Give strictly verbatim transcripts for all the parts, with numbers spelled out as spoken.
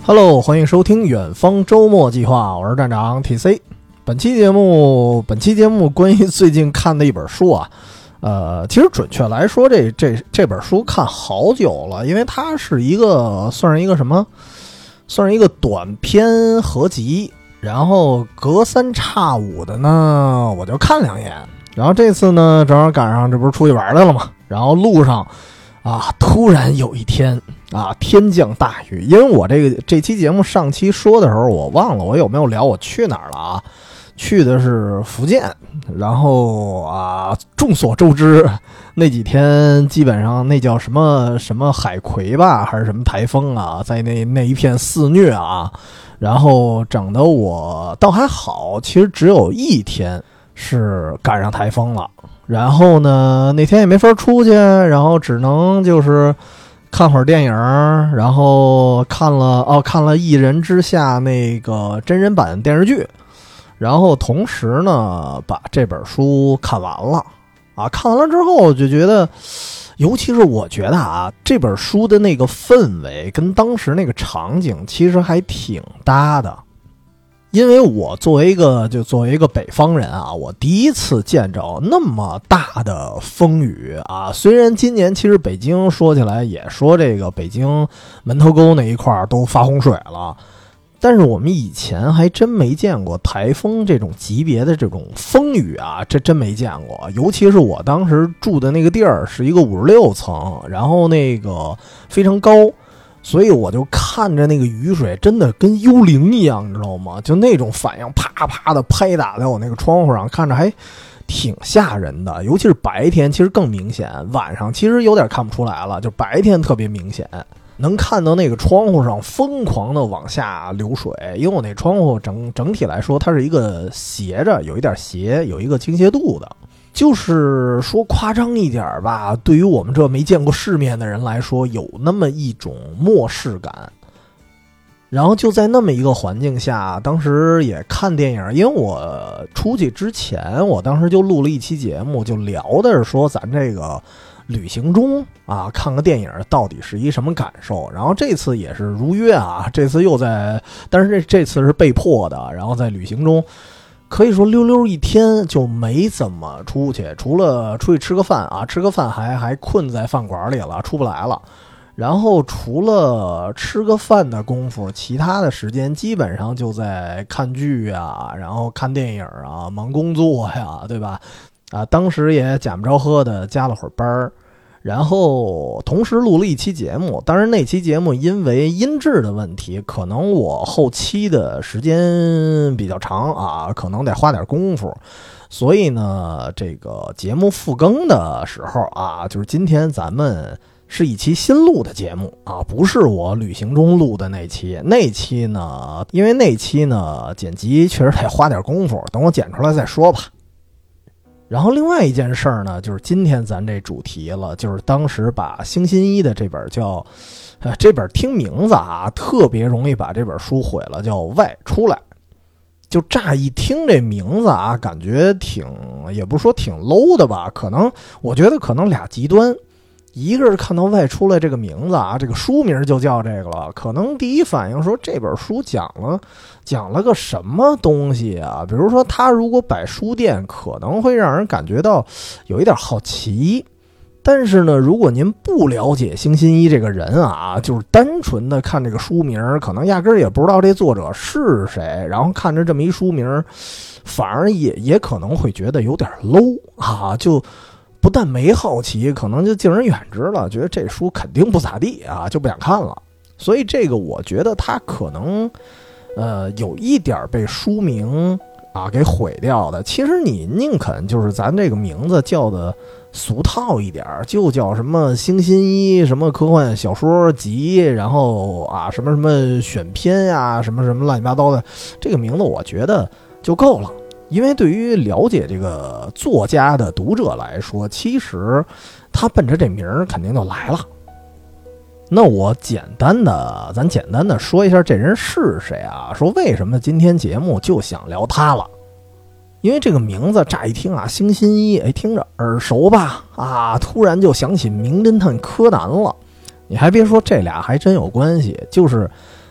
Hello， 欢迎收听远方周末计划，我是站长 T C。本期节目，本期节目关于最近看的一本书啊，呃，其实准确来说，这这这本书看好久了，因为它是一个算是一个什么，算是一个短篇合集，然后隔三差五的呢，我就看两眼。然后这次呢，正好赶上这不是出去玩来了嘛，然后路上啊，突然有一天啊，天降大雨。因为我这个这期节目上期说的时候，我忘了我有没有聊我去哪儿了啊？去的是福建，然后啊，众所周知，那几天基本上那叫什么什么海葵吧，还是什么台风啊，在那那一片肆虐啊，然后整得我倒还好，其实只有一天是赶上台风了。然后呢，那天也没法出去，然后只能就是看会儿电影，然后看了哦，看了《一人之下》那个真人版电视剧，然后同时呢，把这本书看完了啊。看完了之后，就觉得，尤其是我觉得啊，这本书的那个氛围跟当时那个场景其实还挺搭的。因为我作为一个就作为一个北方人啊，我第一次见着那么大的风雨啊。虽然今年其实北京说起来也说这个北京门头沟那一块都发洪水了，但是我们以前还真没见过台风这种级别的这种风雨啊，这真没见过。尤其是我当时住的那个地儿是一个五十六层，然后那个非常高，所以我就看着那个雨水真的跟幽灵一样，你知道吗？就那种反应啪啪的拍打在我那个窗户上，看着还挺吓人的。尤其是白天其实更明显，晚上其实有点看不出来了，就白天特别明显，能看到那个窗户上疯狂的往下流水。因为我那窗户整整体来说它是一个斜着，有一点斜，有一个倾斜度的。就是说夸张一点吧，对于我们这没见过世面的人来说，有那么一种末世感。然后就在那么一个环境下，当时也看电影，因为我出去之前，我当时就录了一期节目，就聊的是说咱这个旅行中啊，看个电影到底是一什么感受。然后这次也是如约啊，这次又在，但是这这次是被迫的，然后在旅行中可以说溜溜一天就没怎么出去，除了出去吃个饭啊，吃个饭还还困在饭馆里了，出不来了。然后除了吃个饭的功夫，其他的时间基本上就在看剧啊，然后看电影啊，忙工作呀，对吧？啊，当时也假不着喝的加了会儿班儿。然后同时录了一期节目，当然那期节目因为音质的问题，可能我后期的时间比较长啊，可能得花点功夫，所以呢，这个节目复更的时候啊，就是今天咱们是一期新录的节目啊，不是我旅行中录的那期。那期呢，因为那期呢剪辑确实得花点功夫，等我剪出来再说吧。然后另外一件事儿呢，就是今天咱这主题了，就是当时把星新一的这本叫，呃，这本听名字啊，特别容易把这本书毁了，叫《外出来》。就乍一听这名字啊，感觉挺，也不是说挺 low 的吧，可能我觉得可能俩极端。一个是看到外出来这个名字啊，这个书名就叫这个了，可能第一反应说这本书讲了讲了个什么东西啊？比如说他如果摆书店，可能会让人感觉到有一点好奇。但是呢，如果您不了解星新一这个人啊，就是单纯的看这个书名，可能压根儿也不知道这作者是谁，然后看着这么一书名，反而也也可能会觉得有点 low 啊，就不但没好奇，可能就敬而远之了，觉得这书肯定不咋地啊，就不想看了。所以这个我觉得他可能呃有一点被书名啊给毁掉的。其实你宁肯就是咱这个名字叫的俗套一点，就叫什么星新一什么科幻小说集，然后啊什么什么选篇呀，什么什么乱七八糟的，这个名字我觉得就够了。因为对于了解这个作家的读者来说，其实他奔着这名儿肯定就来了。那我简单的咱简单的说一下这人是谁啊，说为什么今天节目就想聊他了。因为这个名字乍一听啊，星新一，哎，听着耳熟吧？啊，突然就想起名侦探柯南了。你还别说，这俩还真有关系。就是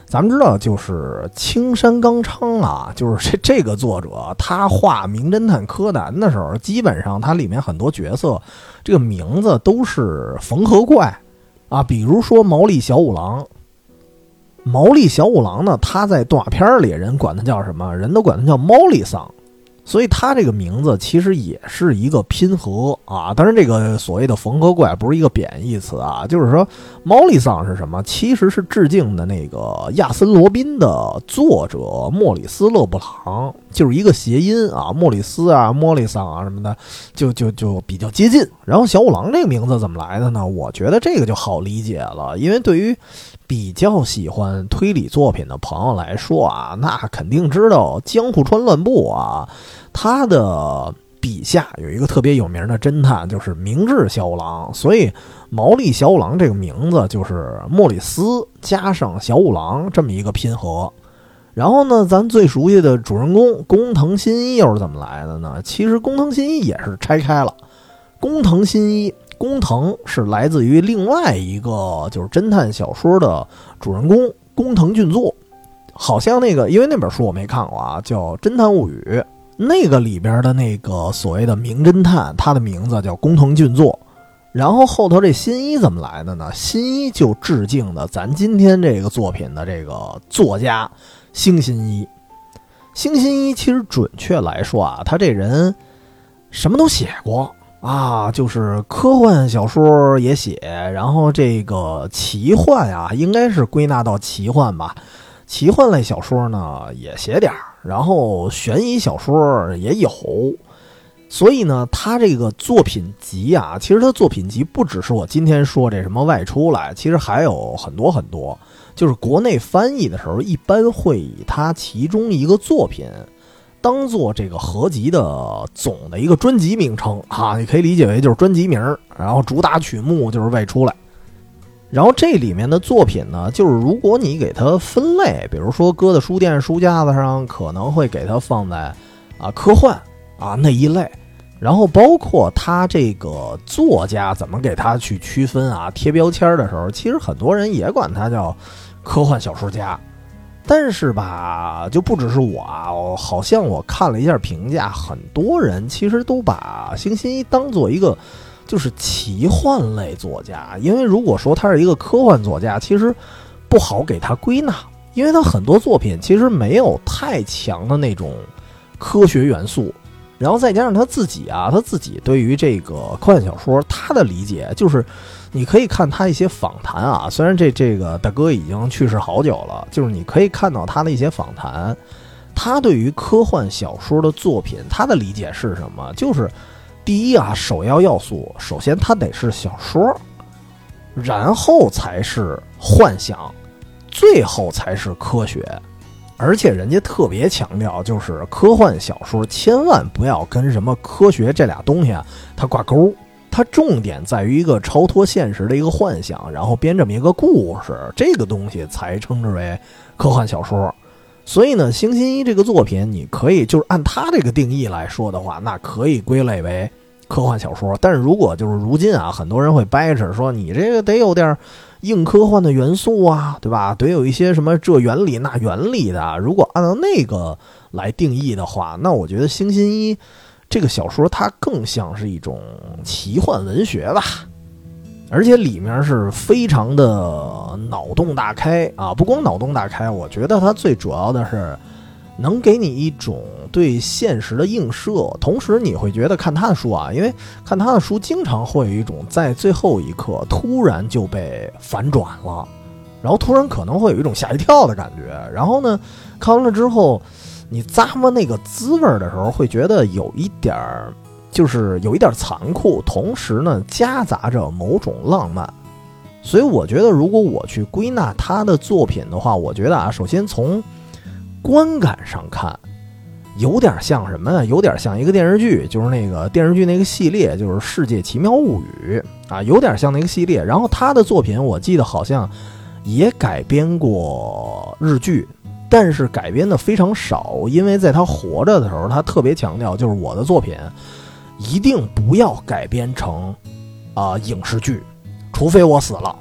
咱们知道，就是青山刚昌啊，就是这这个作者，他画《名侦探柯南》的时候，基本上他里面很多角色，这个名字都是缝合怪啊，比如说毛利小五郎。毛利小五郎呢，他在动画片里人管他叫什么？人都管他叫毛利桑。所以他这个名字其实也是一个拼合啊，当然这个所谓的缝合怪不是一个贬义词啊，就是说毛利桑是什么？其实是致敬的那个亚森罗宾的作者莫里斯勒布朗，就是一个谐音啊，莫里斯啊、莫里桑啊什么的，就就就比较接近。然后小五郎这个名字怎么来的呢？我觉得这个就好理解了，因为对于比较喜欢推理作品的朋友来说啊，那肯定知道江户川乱步啊，他的笔下有一个特别有名的侦探，就是明智小五郎，所以毛利小五郎这个名字就是莫里斯加上小五郎这么一个拼合。然后呢，咱最熟悉的主人公工藤新一又是怎么来的呢？其实工藤新一也是拆开了，工藤新一工藤是来自于另外一个就是侦探小说的主人公工藤俊作，好像那个因为那本书我没看过啊，叫《侦探物语》，那个里边的那个所谓的名侦探，他的名字叫工藤俊作。然后后头这新一怎么来的呢？新一就致敬的咱今天这个作品的这个作家星新一。星新一其实准确来说啊，他这人什么都写过啊，就是科幻小说也写，然后这个奇幻啊，应该是归纳到奇幻吧，奇幻类小说呢也写点，然后悬疑小说也有。所以呢，他这个作品集啊，其实他作品集不只是我今天说这什么外出来，其实还有很多很多，就是国内翻译的时候一般会以他其中一个作品当做这个合集的总的一个专辑名称啊，你可以理解为就是专辑名，然后主打曲目就是外出来。然后这里面的作品呢，就是如果你给它分类，比如说搁在书店书架子上，可能会给它放在啊科幻啊那一类，然后包括他这个作家怎么给他去区分啊贴标签的时候，其实很多人也管他叫科幻小说家。但是吧，就不只是我啊，好像我看了一下评价，很多人其实都把星新一当做一个就是奇幻类作家，因为如果说他是一个科幻作家，其实不好给他归纳，因为他很多作品其实没有太强的那种科学元素，然后再加上他自己啊，他自己对于这个科幻小说他的理解，就是你可以看他一些访谈啊，虽然这这个大哥已经去世好久了，就是你可以看到他的一些访谈，他对于科幻小说的作品，他的理解是什么？就是第一啊，首要要素，首先它得是小说，然后才是幻想，最后才是科学。而且人家特别强调，就是科幻小说千万不要跟什么科学这俩东西啊它挂钩，它重点在于一个超脱现实的一个幻想，然后编这么一个故事，这个东西才称之为科幻小说。所以呢，星新一这个作品，你可以就是按他这个定义来说的话，那可以归类为科幻小说。但是如果就是如今啊，很多人会掰扯说，你这个得有点硬科幻的元素啊，对吧？得有一些什么这原理那原理的。如果按照那个来定义的话，那我觉得星新一这个小说它更像是一种奇幻文学吧。而且里面是非常的脑洞大开啊！不光脑洞大开，我觉得它最主要的是能给你一种对现实的映射，同时你会觉得看他的书啊，因为看他的书经常会有一种在最后一刻突然就被反转了，然后突然可能会有一种吓一跳的感觉，然后呢，看完了之后，你咂摸那个滋味的时候，会觉得有一点儿。就是有一点残酷，同时呢夹杂着某种浪漫，所以我觉得如果我去归纳他的作品的话，我觉得啊，首先从观感上看，有点像什么呢？有点像一个电视剧，就是那个电视剧那个系列，就是《世界奇妙物语》啊，有点像那个系列。然后他的作品，我记得好像也改编过日剧。但是改编的非常少，因为在他活着的时候，他特别强调，就是我的作品一定不要改编成啊、呃、影视剧，除非我死了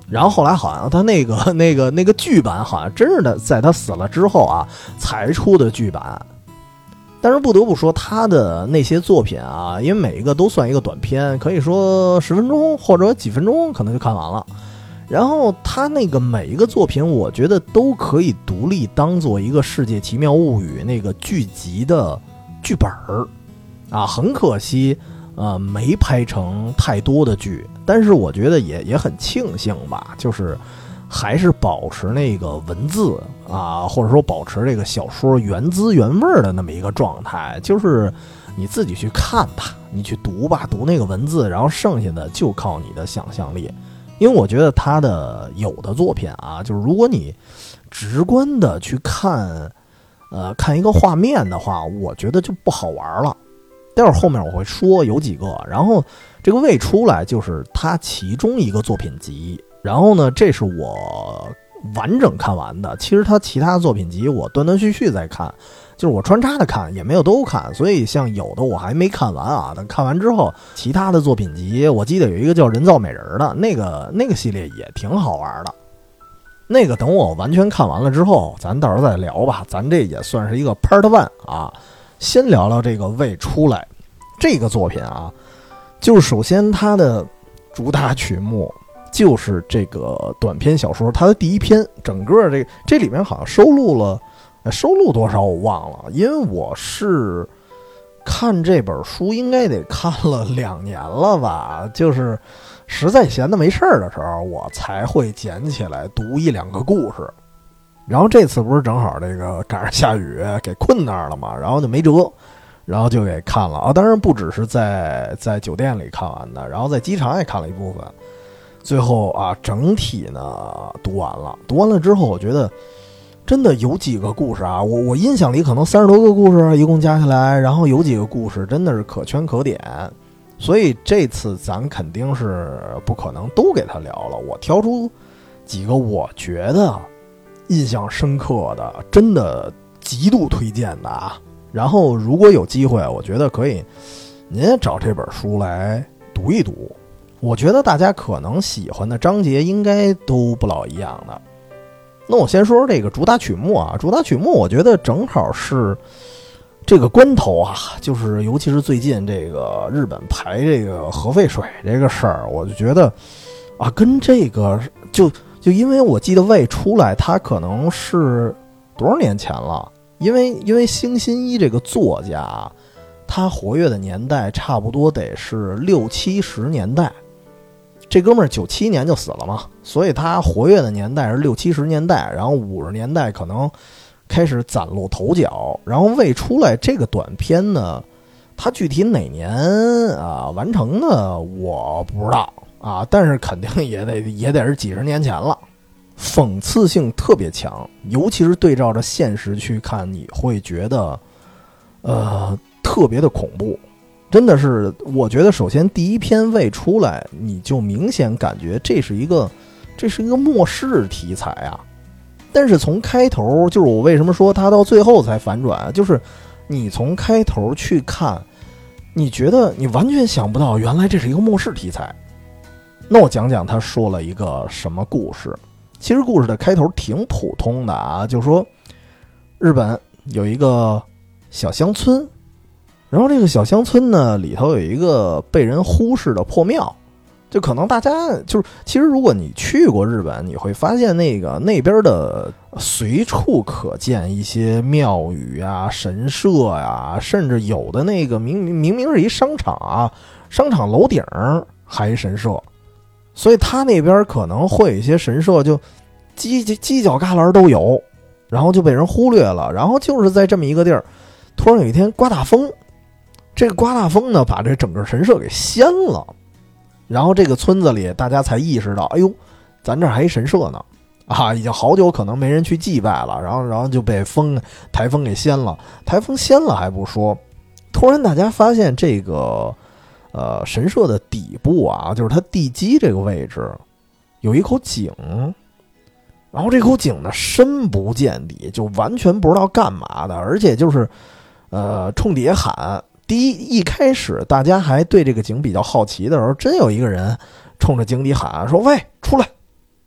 然后后来好像他那个那个那个剧版好像真是的，在他死了之后啊才出的剧版。但是不得不说他的那些作品啊，因为每一个都算一个短片，可以说十分钟或者几分钟可能就看完了。然后他那个每一个作品我觉得都可以独立当做一个世界奇妙物语那个剧集的剧本儿啊，很可惜呃没拍成太多的剧，但是我觉得也也很庆幸吧，就是还是保持那个文字啊，或者说保持这个小说原汁原味的那么一个状态，就是你自己去看吧，你去读吧，读那个文字，然后剩下的就靠你的想象力。因为我觉得他的有的作品啊，就是如果你直观的去看呃看一个画面的话，我觉得就不好玩了。待会儿后面我会说有几个，然后这个未出来就是他其中一个作品集，然后呢这是我完整看完的，其实他其他作品集我断断续续在看，就是我穿插的看，也没有都看，所以像有的我还没看完啊，等看完之后其他的作品集，我记得有一个叫人造美人的那个那个系列也挺好玩的，那个等我完全看完了之后咱到时候再聊吧，咱这也算是一个 part one 啊。先聊聊这个未出来这个作品啊，就是首先它的主打曲目就是这个短篇小说，它的第一篇，整个这这里面好像收录了，收录多少我忘了，因为我是看这本书应该得看了两年了吧，就是实在闲的没事的时候，我才会捡起来读一两个故事。然后这次不是正好这个赶上下雨给困那儿了嘛，然后就没辙，然后就给看了啊。当然不只是在在酒店里看完的，然后在机场也看了一部分。最后啊，整体呢读完了，读完了之后，我觉得真的有几个故事啊，我我印象里可能三十多个故事，一共加起来，然后有几个故事真的是可圈可点，所以这次咱肯定是不可能都给他聊了，我挑出几个我觉得印象深刻的，真的极度推荐的啊。然后如果有机会，我觉得可以您也找这本书来读一读，我觉得大家可能喜欢的章节应该都不老一样的。那我先说说这个主打曲目啊，主打曲目我觉得正好是这个关头啊，就是尤其是最近这个日本排这个核废水这个事儿，我就觉得啊，跟这个就就因为我记得未出来，它可能是多少年前了？因为因为星新一这个作家，他活跃的年代差不多得是六七十年代。这哥们儿九七年就死了嘛，所以他活跃的年代是六七十年代，然后五十年代可能开始崭露头角。然后未出来这个短片呢，他具体哪年啊完成的我不知道啊，但是肯定也得也得是几十年前了。讽刺性特别强，尤其是对照着现实去看，你会觉得呃特别的恐怖。真的是，我觉得首先第一篇未出来，你就明显感觉这是一个这是一个末世题材啊。但是从开头，就是我为什么说它到最后才反转，就是你从开头去看，你觉得你完全想不到原来这是一个末世题材。那我讲讲他说了一个什么故事。其实故事的开头挺普通的啊，就说日本有一个小乡村，然后这个小乡村呢里头有一个被人忽视的破庙，就可能大家就是其实如果你去过日本，你会发现那个那边的随处可见一些庙宇啊、神社呀、啊，甚至有的那个明明明明是一商场啊，商场楼顶还神社。所以他那边可能会有一些神社就犄犄角旮旯都有，然后就被人忽略了。然后就是在这么一个地儿，突然有一天刮大风，这个刮大风呢把这整个神社给掀了，然后这个村子里大家才意识到，哎呦，咱这还一神社呢啊，已经好久可能没人去祭拜了，然后然后就被风台风给掀了。台风掀了还不说，突然大家发现这个呃，神社的底部啊，就是它地基这个位置有一口井，然后这口井呢深不见底，就完全不知道干嘛的，而且就是呃冲底下喊。第一一开始大家还对这个井比较好奇的时候，真有一个人冲着井底喊说：“喂，出来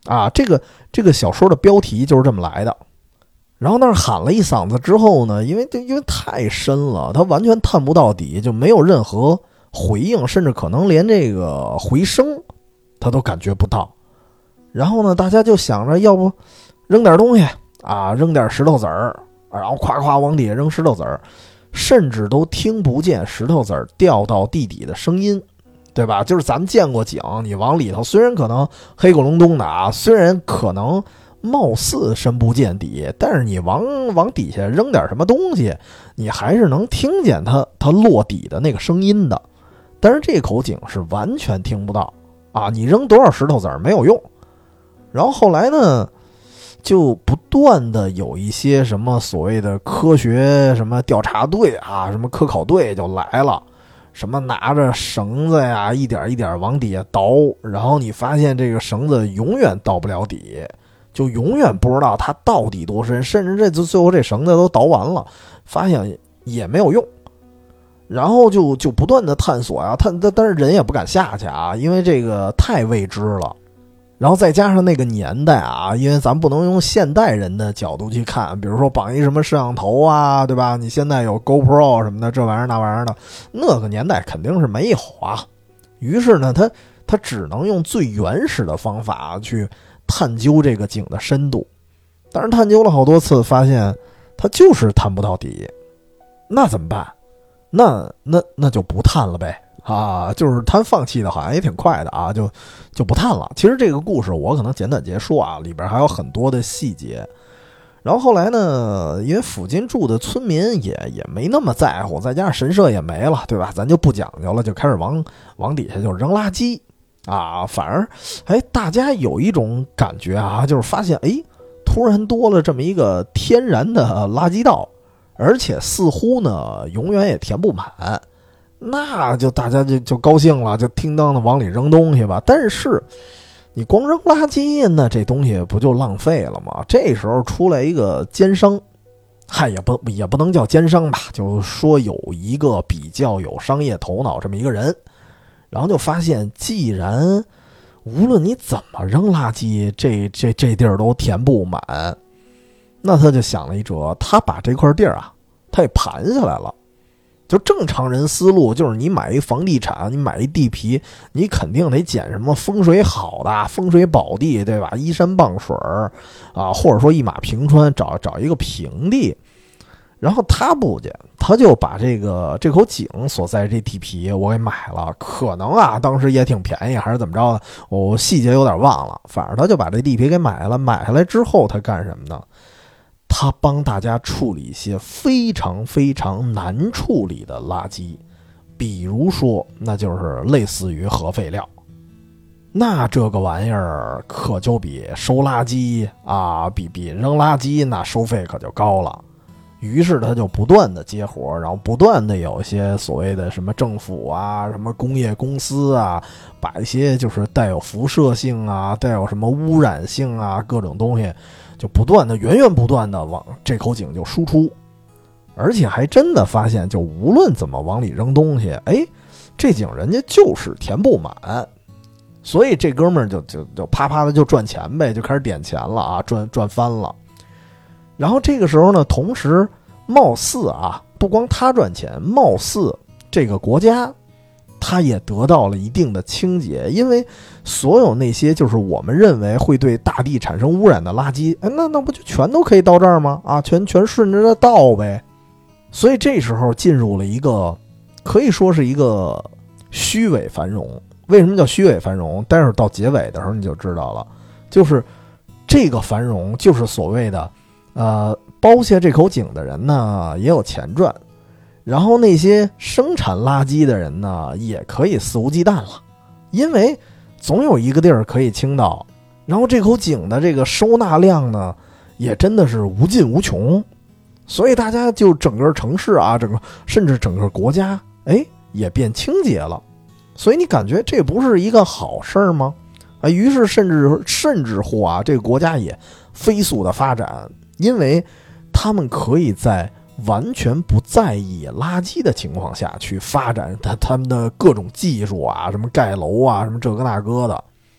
啊，这个这个小说的标题就是这么来的。然后那儿喊了一嗓子之后呢，因为因为太深了，他完全探不到底，就没有任何回应，甚至可能连这个回声他都感觉不到。然后呢，大家就想着要不扔点东西啊，扔点石头子儿，然后夸夸往底下扔石头子儿，甚至都听不见石头子儿掉到地底的声音，对吧？就是咱们见过井，你往里头虽然可能黑咕隆咚的啊，虽然可能貌似深不见底，但是你往往底下扔点什么东西，你还是能听见它它落底的那个声音的。但是这口井是完全听不到啊，你扔多少石头子儿没有用。然后后来呢，就不断的有一些什么所谓的科学什么调查队啊，什么科考队就来了，什么拿着绳子呀，一点一点往底下倒，然后你发现这个绳子永远到不了底，就永远不知道它到底多深，甚至这最后这绳子都倒完了，发现也没有用。然后就就不断的探索呀，探但是人也不敢下去啊，因为这个太未知了。然后再加上那个年代啊，因为咱不能用现代人的角度去看，比如说绑一什么摄像头啊，对吧？你现在有 GoPro 什么的，这玩意儿那玩意儿的，那个年代肯定是没有啊。于是呢，他他只能用最原始的方法去探究这个井的深度。但是探究了好多次，发现他就是探不到底。那怎么办？那那那就不探了呗。啊，就是他放弃的好像也挺快的啊，就就不探了。其实这个故事我可能简短结束啊，里边还有很多的细节。然后后来呢，因为附近住的村民也也没那么在乎，再加上神社也没了，对吧？咱就不讲究了，就开始往往底下就扔垃圾啊。反而哎，大家有一种感觉啊，就是发现哎，突然多了这么一个天然的垃圾道，而且似乎呢永远也填不满。那就大家就就高兴了，就听当的往里扔东西吧。但是你光扔垃圾，那这东西不就浪费了吗？这时候出来一个奸商，嗨，也不也不能叫奸商吧，就说有一个比较有商业头脑这么一个人，然后就发现，既然无论你怎么扔垃圾，这这这地儿都填不满，那他就想了一辙，他把这块地儿啊，他也盘下来了。就正常人思路就是你买一房地产，你买一地皮，你肯定得捡什么风水好的风水宝地，对吧？依山傍水啊，或者说一马平川，找找一个平地。然后他不去，他就把这个这口井所在这地皮我给买了，可能啊当时也挺便宜还是怎么着的，我细节有点忘了，反正他就把这地皮给买了。买下来之后他干什么呢？他帮大家处理一些非常非常难处理的垃圾，比如说那就是类似于核废料。那这个玩意儿可就比收垃圾啊，比比扔垃圾那收费可就高了。于是他就不断的接活，然后不断的有一些所谓的什么政府啊，什么工业公司啊，把一些就是带有辐射性啊，带有什么污染性啊，各种东西就不断的源源不断的往这口井就输出。而且还真的发现，就无论怎么往里扔东西，哎，这井人家就是填不满。所以这哥们儿就就就啪啪的就赚钱呗，就开始点钱了啊，赚赚翻了。然后这个时候呢，同时貌似啊，不光他赚钱，貌似这个国家他也得到了一定的清洁，因为所有那些就是我们认为会对大地产生污染的垃圾，哎，那那不就全都可以到这儿吗？啊，全全顺着它倒呗。所以这时候进入了一个可以说是一个虚伪繁荣。为什么叫虚伪繁荣？待会儿到结尾的时候你就知道了，就是这个繁荣就是所谓的呃，包下这口井的人呢也有钱赚，然后那些生产垃圾的人呢也可以肆无忌惮了，因为总有一个地儿可以倾倒，然后这口井的这个收纳量呢也真的是无尽无穷，所以大家就整个城市啊，整个甚至整个国家，哎，也变清洁了。所以你感觉这不是一个好事吗？啊，于是甚至甚至乎啊，这个国家也飞速的发展。因为他们可以在完全不在意垃圾的情况下去发展他他们的各种技术啊，什么盖楼啊，什么这个那个的。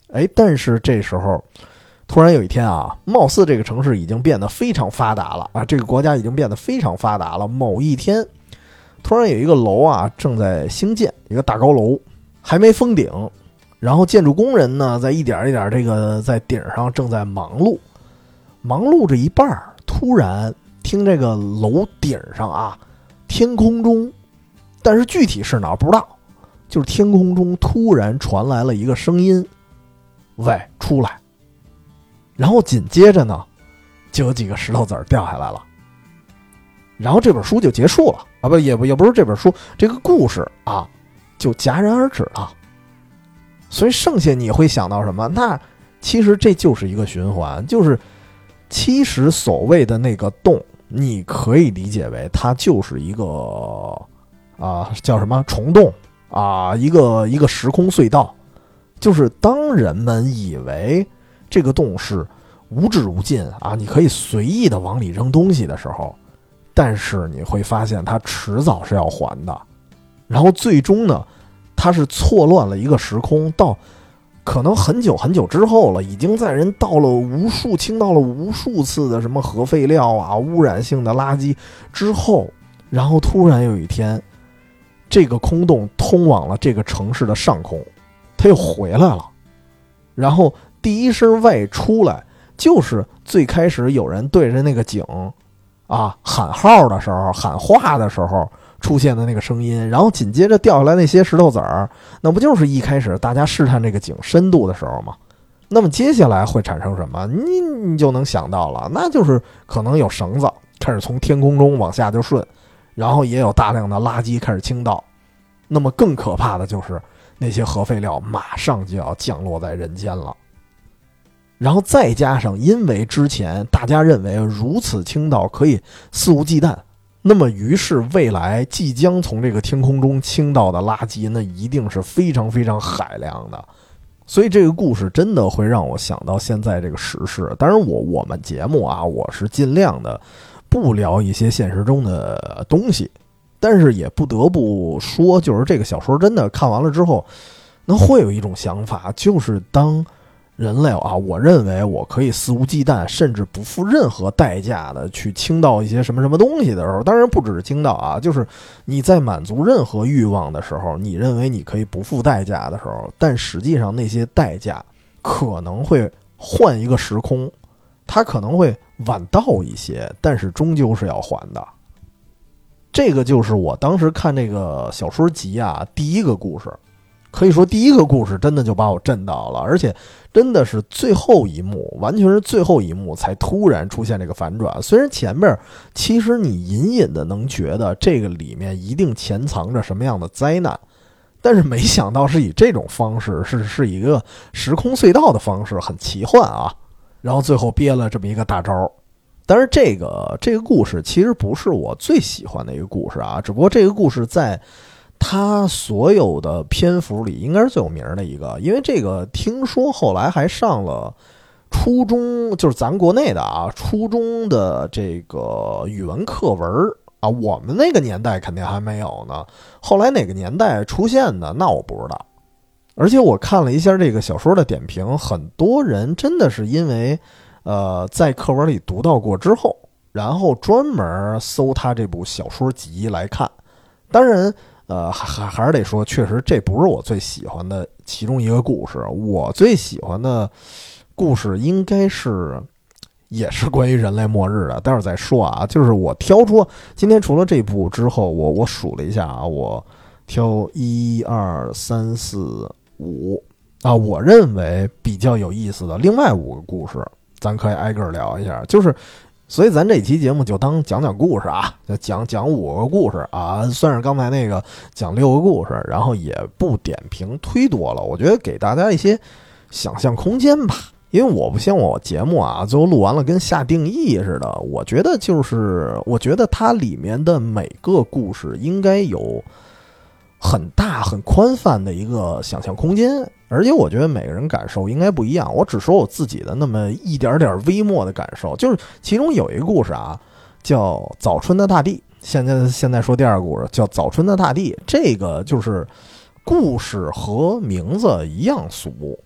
哎，但是这时候突然有一天啊，貌似这个城市已经变得非常发达了啊，这个国家已经变得非常发达了。某一天，突然有一个楼啊正在兴建，一个大高楼还没封顶，然后建筑工人呢在一点一点这个在顶上正在忙碌，忙碌着一半，突然听这个楼顶上啊，天空中，但是具体是哪儿不知道，就是天空中突然传来了一个声音，喂，出来。然后紧接着呢，就有几个石头子儿掉下来了，然后这本书就结束了啊，不也不也不是这本书，这个故事啊就戛然而止了。所以剩下你会想到什么？那其实这就是一个循环，就是其实所谓的那个洞，你可以理解为它就是一个啊叫什么虫洞啊，一个一个时空隧道。就是当人们以为这个洞是无止无尽啊，你可以随意的往里扔东西的时候，但是你会发现它迟早是要还的。然后最终呢，它是错乱了一个时空，到可能很久很久之后了，已经在人倒了无数倾倒了无数次的什么核废料啊、污染性的垃圾之后，然后突然有一天，这个空洞通往了这个城市的上空，它又回来了。然后第一声喂出来，就是最开始有人对着那个井啊喊号的时候、喊话的时候出现的那个声音，然后紧接着掉下来那些石头子儿，那不就是一开始大家试探这个井深度的时候吗？那么接下来会产生什么？你你就能想到了，那就是可能有绳子开始从天空中往下就顺，然后也有大量的垃圾开始倾倒。那么更可怕的就是那些核废料马上就要降落在人间了。然后再加上因为之前大家认为如此倾倒可以肆无忌惮，那么于是未来即将从这个天空中倾倒的垃圾，那一定是非常非常海量的。所以这个故事真的会让我想到现在这个时事。当然我我们节目啊，我是尽量的不聊一些现实中的东西，但是也不得不说，就是这个小说真的看完了之后，那会有一种想法，就是当人类啊，我认为我可以肆无忌惮，甚至不付任何代价的去倾倒一些什么什么东西的时候，当然不只是倾倒啊，就是你在满足任何欲望的时候，你认为你可以不付代价的时候，但实际上那些代价可能会换一个时空，它可能会晚到一些，但是终究是要还的。这个就是我当时看这个小说集啊，第一个故事。可以说第一个故事真的就把我震到了，而且真的是最后一幕，完全是最后一幕才突然出现这个反转。虽然前面其实你隐隐的能觉得这个里面一定潜藏着什么样的灾难，但是没想到是以这种方式，是是一个时空隧道的方式，很奇幻啊。然后最后憋了这么一个大招。当然这个这个故事其实不是我最喜欢的一个故事啊，只不过这个故事在他所有的篇幅里应该是最有名的一个，因为这个听说后来还上了初中，就是咱国内的啊，初中的这个语文课文啊，我们那个年代肯定还没有呢，后来哪个年代出现的那我不知道。而且我看了一下这个小说的点评，很多人真的是因为呃在课文里读到过之后，然后专门搜他这部小说集来看。当然呃，还还是得说，确实这不是我最喜欢的其中一个故事。我最喜欢的故事应该是，也是关于人类末日的。待会儿再说啊。就是我挑出今天除了这部之后，我我数了一下啊，我挑一二三四五啊，我认为比较有意思的另外五个故事，咱可以挨个聊一下。就是。所以咱这期节目就当讲讲故事啊，就讲讲五个故事啊，算是刚才那个讲六个故事，然后也不点评忒多了，我觉得给大家一些想象空间吧。因为我不像我节目啊，最后录完了跟下定义似的，我觉得就是我觉得它里面的每个故事应该有很大很宽泛的一个想象空间，而且我觉得每个人感受应该不一样，我只说我自己的那么一点点微末的感受。就是其中有一个故事啊，叫早春的大地，现在现在说第二个故事叫早春的大地。这个就是故事和名字一样俗，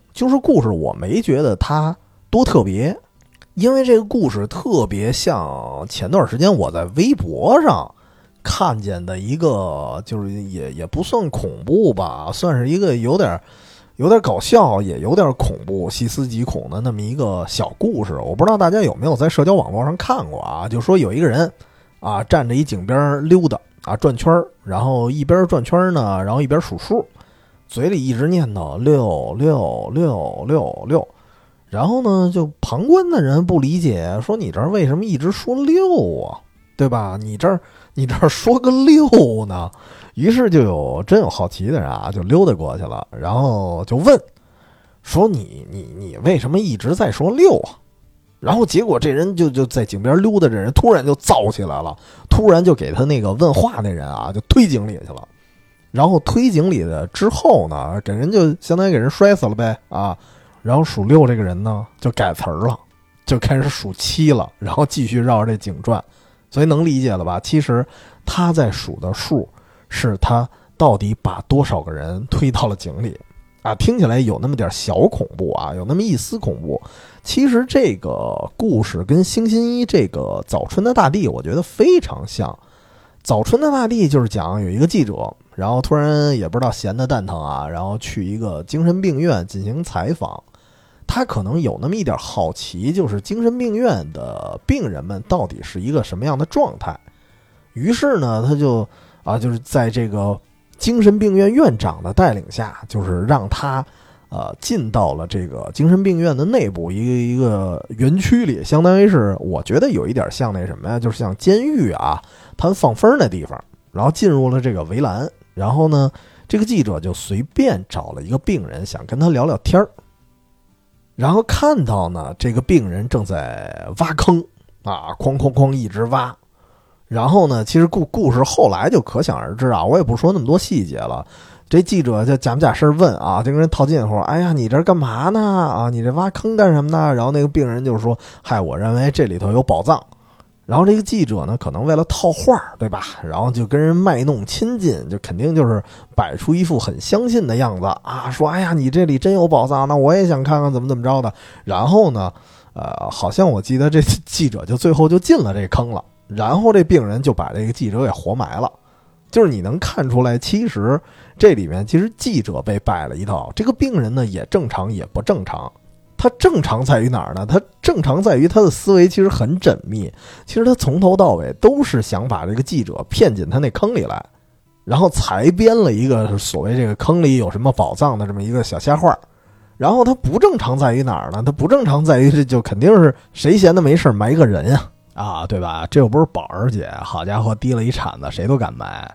就是故事我没觉得它多特别，因为这个故事特别像前段时间我在微博上看见的一个，就是也也不算恐怖吧，算是一个有点有点搞笑，也有点恐怖，细思极恐的那么一个小故事。我不知道大家有没有在社交网络上看过啊？就说有一个人啊，站着一井边溜达啊，转圈，然后一边转圈呢，然后一边数数，嘴里一直念叨六六六六六。然后呢，就旁观的人不理解，说你这儿为什么一直说六啊？对吧？你这儿你这儿说个六呢？于是就有真有好奇的人啊，就溜达过去了，然后就问说你你你为什么一直在说六啊？然后结果这人就就在井边溜达，这人突然就燥起来了，突然就给他那个问话那人啊，就推井里去了。然后推井里的之后呢，给人就相当于给人摔死了呗啊。然后数六这个人呢，就改词儿了，就开始数七了，然后继续绕着这井转。所以能理解了吧？其实他在数的数是他到底把多少个人推到了井里啊，听起来有那么点小恐怖啊，有那么一丝恐怖。其实这个故事跟星星一这个早春的大地我觉得非常像。早春的大地就是讲有一个记者，然后突然也不知道闲的蛋疼啊，然后去一个精神病院进行采访。他可能有那么一点好奇，就是精神病院的病人们到底是一个什么样的状态。于是呢，他就啊，就是在这个精神病院院长的带领下，就是让他呃进到了这个精神病院的内部一个一个园区里，相当于是我觉得有一点像那什么呀，就是像监狱啊，他放风的地方。然后进入了这个围栏，然后呢，这个记者就随便找了一个病人，想跟他聊聊天儿。然后看到呢，这个病人正在挖坑啊，哐哐哐一直挖。然后呢，其实故故事后来就可想而知啊，我也不说那么多细节了。这记者就假不假事问啊，这个人套近乎，哎呀，你这干嘛呢？啊，你这挖坑干什么呢？然后那个病人就说，嗨，我认为这里头有宝藏。然后这个记者呢，可能为了套话，对吧？然后就跟人卖弄亲近，就肯定就是摆出一副很相信的样子啊，说哎呀，你这里真有宝藏，那我也想看看怎么怎么着的。然后呢，呃，好像我记得这记者就最后就进了这坑了，然后这病人就把这个记者给活埋了。就是你能看出来，其实这里面其实记者被摆了一套，这个病人呢也正常也不正常。他正常在于哪儿呢？他正常在于他的思维其实很缜密，其实他从头到尾都是想把这个记者骗进他那坑里来，然后才编了一个所谓这个坑里有什么宝藏的这么一个小瞎话。然后他不正常在于哪儿呢？他不正常在于这就肯定是谁闲的没事埋个人呀，啊，对吧？这又不是宝儿姐，好家伙，提了一铲子谁都敢埋。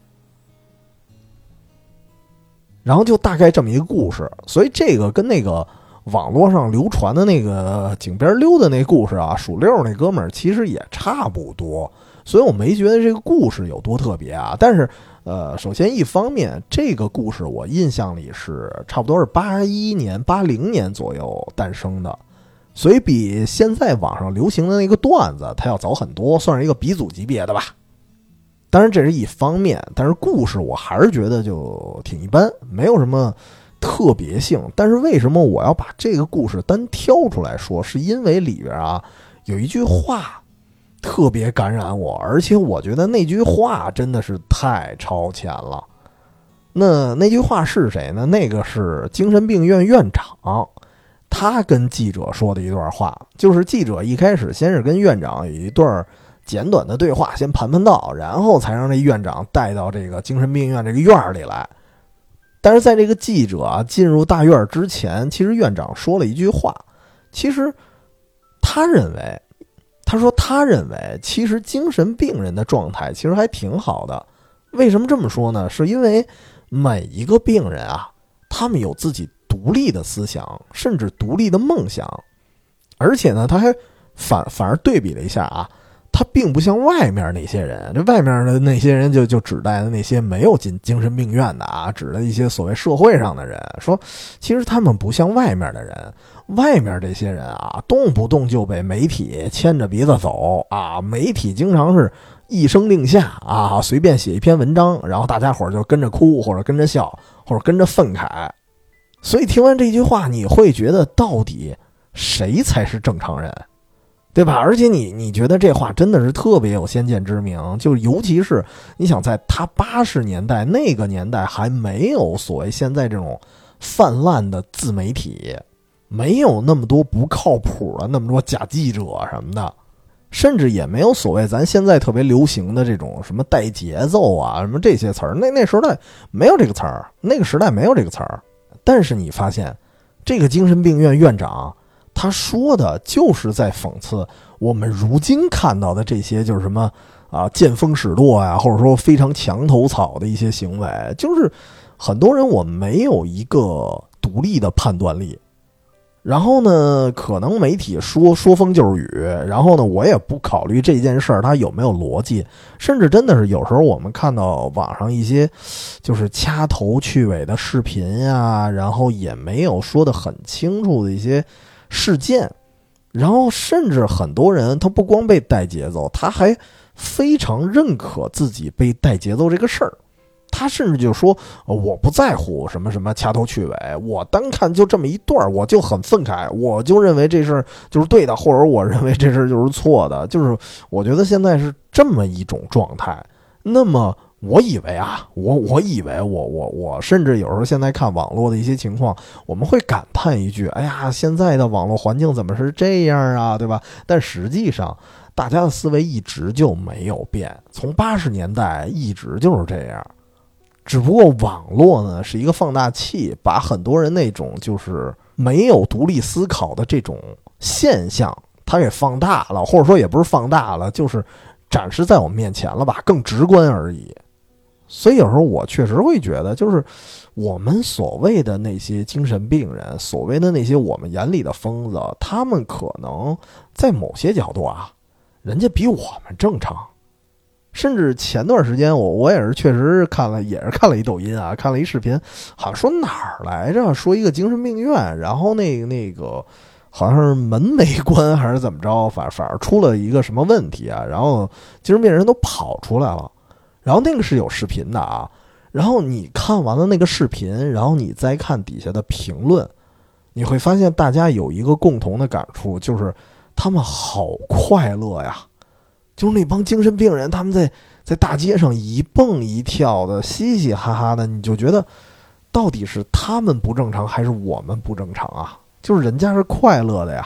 然后就大概这么一个故事，所以这个跟那个网络上流传的那个井边溜的那故事啊，数六那哥们儿其实也差不多，所以我没觉得这个故事有多特别啊。但是呃，首先一方面，这个故事我印象里是差不多是八一年、八零年左右诞生的，所以比现在网上流行的那个段子它要早很多，算是一个鼻祖级别的吧。当然这是一方面，但是故事我还是觉得就挺一般，没有什么特别性。但是为什么我要把这个故事单挑出来说，是因为里边啊有一句话特别感染我，而且我觉得那句话真的是太超前了。那那句话是谁呢？那个是精神病院院长，他跟记者说的一段话，就是记者一开始先是跟院长有一段简短的对话，先盘盘道，然后才让这院长带到这个精神病院这个院里来。但是在这个记者啊进入大院之前，其实院长说了一句话，其实他认为他说他认为其实精神病人的状态其实还挺好的。为什么这么说呢？是因为每一个病人啊，他们有自己独立的思想，甚至独立的梦想。而且呢，他还反反而对比了一下啊，他并不像外面那些人，这外面的那些人就就指代的那些没有进精神病院的啊，指的一些所谓社会上的人，说其实他们不像外面的人，外面这些人啊，动不动就被媒体牵着鼻子走啊，媒体经常是一声令下啊，随便写一篇文章，然后大家伙就跟着哭或者跟着笑或者跟着愤慨。 所以听完这句话，你会觉得到底谁才是正常人，对吧？而且你你觉得这话真的是特别有先见之明，就尤其是你想在他八十年代那个年代还没有所谓现在这种泛滥的自媒体，没有那么多不靠谱的那么多假记者什么的，甚至也没有所谓咱现在特别流行的这种什么带节奏啊什么这些词儿，那那时代没有这个词儿，那个时代没有这个词儿。但是你发现这个精神病院院长他说的就是在讽刺我们如今看到的这些就是什么啊见风使舵呀，或者说非常墙头草的一些行为，就是很多人我们没有一个独立的判断力，然后呢可能媒体说说风就是雨，然后呢我也不考虑这件事儿它有没有逻辑，甚至真的是有时候我们看到网上一些就是掐头去尾的视频啊，然后也没有说得很清楚的一些事件，然后甚至很多人他不光被带节奏，他还非常认可自己被带节奏这个事儿，他甚至就说、呃、我不在乎什么什么掐头去尾，我单看就这么一段我就很愤慨，我就认为这事就是对的，或者我认为这事就是错的，就是我觉得现在是这么一种状态。那么我以为啊，我我以为我我我甚至有时候现在看网络的一些情况，我们会感叹一句，哎呀，现在的网络环境怎么是这样啊，对吧？但实际上大家的思维一直就没有变，从八十年代一直就是这样。只不过网络呢是一个放大器，把很多人那种就是没有独立思考的这种现象它给放大了，或者说也不是放大了，就是展示在我们面前了吧，更直观而已。所以有时候我确实会觉得，就是我们所谓的那些精神病人，所谓的那些我们眼里的疯子，他们可能在某些角度啊，人家比我们正常。甚至前段时间我我也是确实看了，也是看了一抖音啊，看了一视频，好像说哪儿来着，说一个精神病院，然后那个那个好像是门没关还是怎么着，反反正出了一个什么问题啊，然后精神病人都跑出来了，然后那个是有视频的啊，然后你看完了那个视频，然后你再看底下的评论，你会发现大家有一个共同的感触，就是他们好快乐呀。就是那帮精神病人，他们在在大街上一蹦一跳的，嘻嘻哈哈的，你就觉得到底是他们不正常还是我们不正常啊？就是人家是快乐的呀。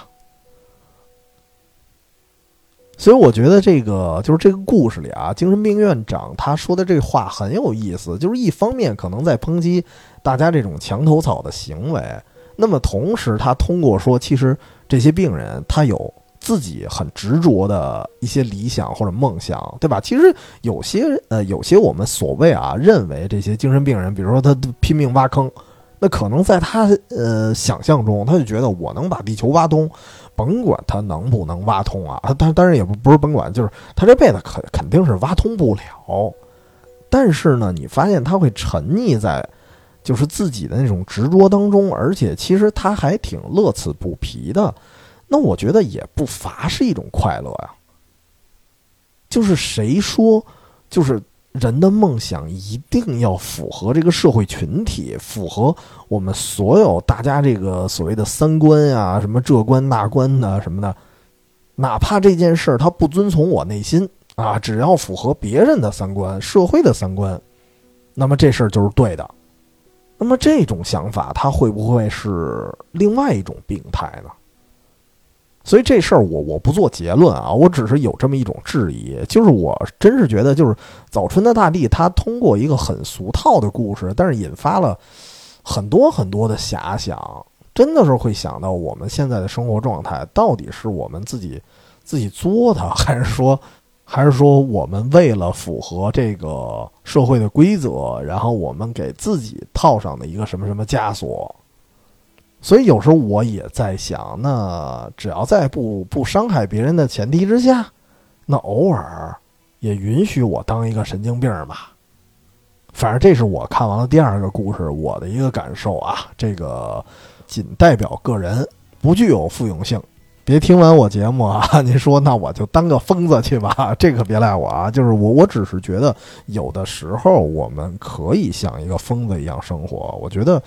所以我觉得这个就是这个故事里啊，精神病院长他说的这话很有意思，就是一方面可能在抨击大家这种墙头草的行为，那么同时他通过说，其实这些病人他有自己很执着的一些理想或者梦想，对吧？其实有些呃，有些我们所谓啊，认为这些精神病人，比如说他拼命挖坑，那可能在他呃想象中，他就觉得我能把地球挖通，甭管他能不能挖通啊，他当当然也不不是甭管，就是他这辈子肯肯定是挖通不了。但是呢，你发现他会沉溺在就是自己的那种执着当中，而且其实他还挺乐此不疲的。那我觉得也不乏是一种快乐呀。就是谁说就是人的梦想一定要符合这个社会群体，符合我们所有大家这个所谓的三观啊，什么这观那观的什么的，哪怕这件事它不遵从我内心啊，只要符合别人的三观，社会的三观，那么这事儿就是对的。那么这种想法它会不会是另外一种病态呢？所以这事儿我我不做结论啊，我只是有这么一种质疑，就是我真是觉得，就是早春的大地他通过一个很俗套的故事，但是引发了很多很多的遐想，真的是会想到我们现在的生活状态到底是我们自己自己作的，还是说还是说我们为了符合这个社会的规则，然后我们给自己套上的一个什么什么枷锁。所以有时候我也在想，那只要在不不伤害别人的前提之下，那偶尔也允许我当一个神经病吧。反正这是我看完了第二个故事我的一个感受啊，这个仅代表个人，不具有复用性。别听完我节目啊，您说那我就当个疯子去吧，这可别赖我啊。就是我我只是觉得有的时候我们可以像一个疯子一样生活，我觉得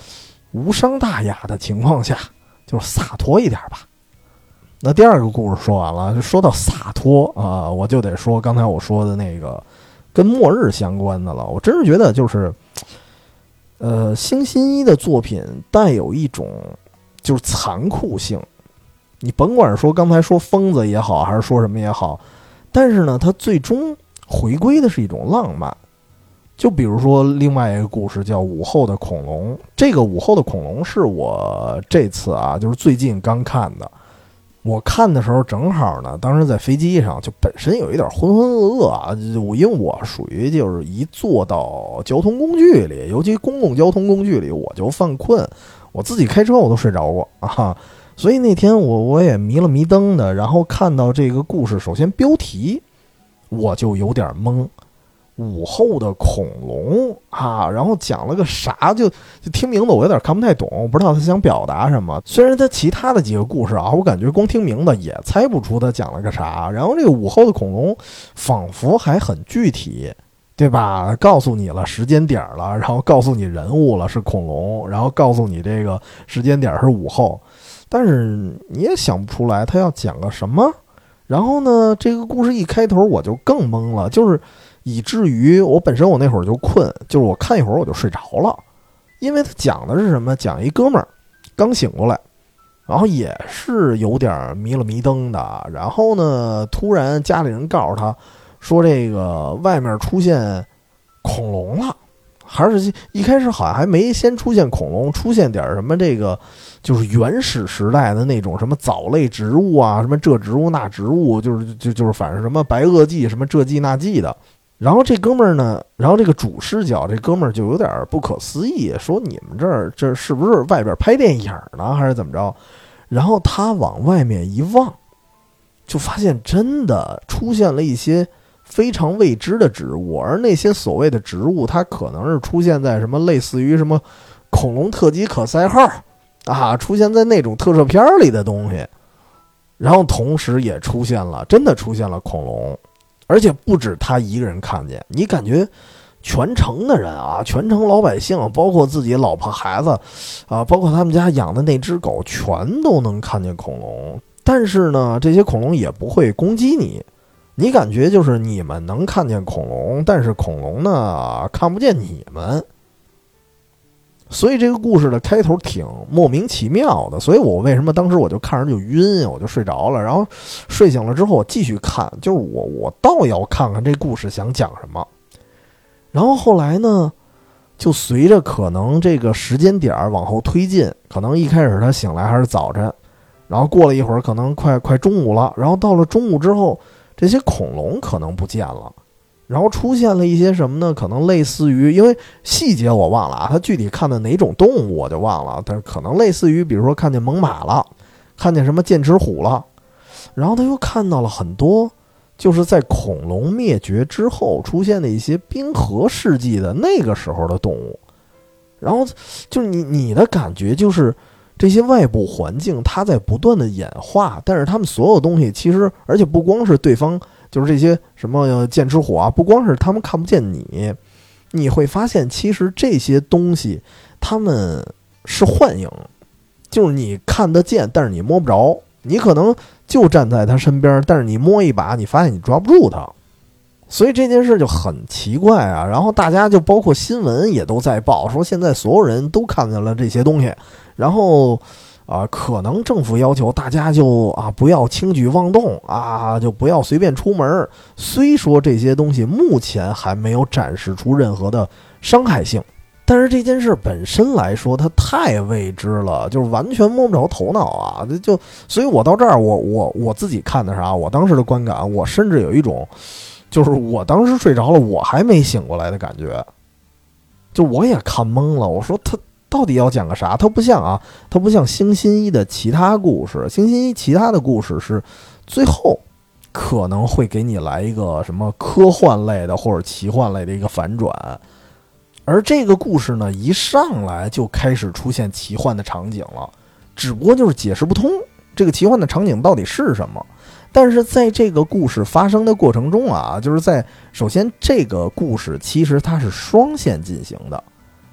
无伤大雅的情况下，就是洒脱一点吧。那第二个故事说完了，就说到洒脱啊、呃，我就得说刚才我说的那个跟末日相关的了。我真是觉得就是，呃，星新一的作品带有一种就是残酷性。你甭管说刚才说疯子也好，还是说什么也好，但是呢，它最终回归的是一种浪漫。就比如说另外一个故事叫《午后的恐龙》，这个《午后的恐龙》是我这次啊，就是最近刚看的。我看的时候正好呢，当时在飞机上，就本身有一点浑浑噩噩啊。我因为我属于就是一坐到交通工具里，尤其公共交通工具里，我就犯困。我自己开车我都睡着过啊。所以那天我我也迷了迷瞪的，然后看到这个故事，首先标题我就有点懵。午后的恐龙啊，然后讲了个啥，就就听名字我有点看不太懂，我不知道他想表达什么。虽然他其他的几个故事啊，我感觉光听名字也猜不出他讲了个啥。然后这个午后的恐龙仿佛还很具体，对吧？告诉你了时间点了，然后告诉你人物了是恐龙，然后告诉你这个时间点是午后，但是你也想不出来他要讲个什么。然后呢，这个故事一开头我就更懵了，就是以至于我本身我那会儿就困，就是我看一会儿我就睡着了。因为他讲的是什么？讲一哥们儿刚醒过来，然后也是有点迷了迷瞪的，然后呢突然家里人告诉他说这个外面出现恐龙了，还是一开始好像还没先出现恐龙，出现点什么这个就是原始时代的那种什么藻类植物啊，什么这植物那植物，就是就就是反正什么白垩纪什么这纪那纪的。然后这哥们儿呢，然后这个主视角这哥们儿就有点不可思议，说你们这儿这是不是外边拍电影呢，还是怎么着？然后他往外面一望，就发现真的出现了一些非常未知的植物，而那些所谓的植物，它可能是出现在什么类似于什么恐龙特级可赛号啊，出现在那种特摄片里的东西。然后同时也出现了，真的出现了恐龙。而且不止他一个人看见，你感觉全城的人啊，全城老百姓，包括自己老婆孩子啊，包括他们家养的那只狗，全都能看见恐龙。但是呢，这些恐龙也不会攻击你，你感觉就是你们能看见恐龙，但是恐龙呢看不见你们。所以这个故事的开头挺莫名其妙的，所以我为什么当时我就看着就晕，我就睡着了，然后睡醒了之后我继续看，就是我我倒要看看这故事想讲什么。然后后来呢，就随着可能这个时间点往后推进，可能一开始他醒来还是早晨，然后过了一会儿可能快快中午了，然后到了中午之后，这些恐龙可能不见了。然后出现了一些什么呢？可能类似于，因为细节我忘了啊，他具体看的哪种动物我就忘了，但是可能类似于，比如说看见猛犸了，看见什么剑齿虎了，然后他又看到了很多，就是在恐龙灭绝之后出现的一些冰河世纪的那个时候的动物，然后就是你你的感觉就是这些外部环境它在不断的演化，但是他们所有东西其实，而且不光是对方。就是这些什么剑齿虎啊，不光是他们看不见你，你会发现其实这些东西他们是幻影，就是你看得见，但是你摸不着，你可能就站在他身边，但是你摸一把，你发现你抓不住他，所以这件事就很奇怪啊。然后大家就包括新闻也都在报，说现在所有人都看见了这些东西，然后。啊，可能政府要求大家就啊不要轻举妄动啊，就不要随便出门。虽说这些东西目前还没有展示出任何的伤害性，但是这件事本身来说，它太未知了，就是完全摸不着头脑啊！就所以，我到这儿，我我我自己看的啥，我当时的观感，我甚至有一种，就是我当时睡着了，我还没醒过来的感觉，就我也看懵了。我说他。到底要讲个啥？它不像啊，它不像星新一的其他故事。星新一其他的故事是最后可能会给你来一个什么科幻类的或者奇幻类的一个反转，而这个故事呢，一上来就开始出现奇幻的场景了，只不过就是解释不通这个奇幻的场景到底是什么。但是在这个故事发生的过程中啊，就是在首先这个故事其实它是双线进行的。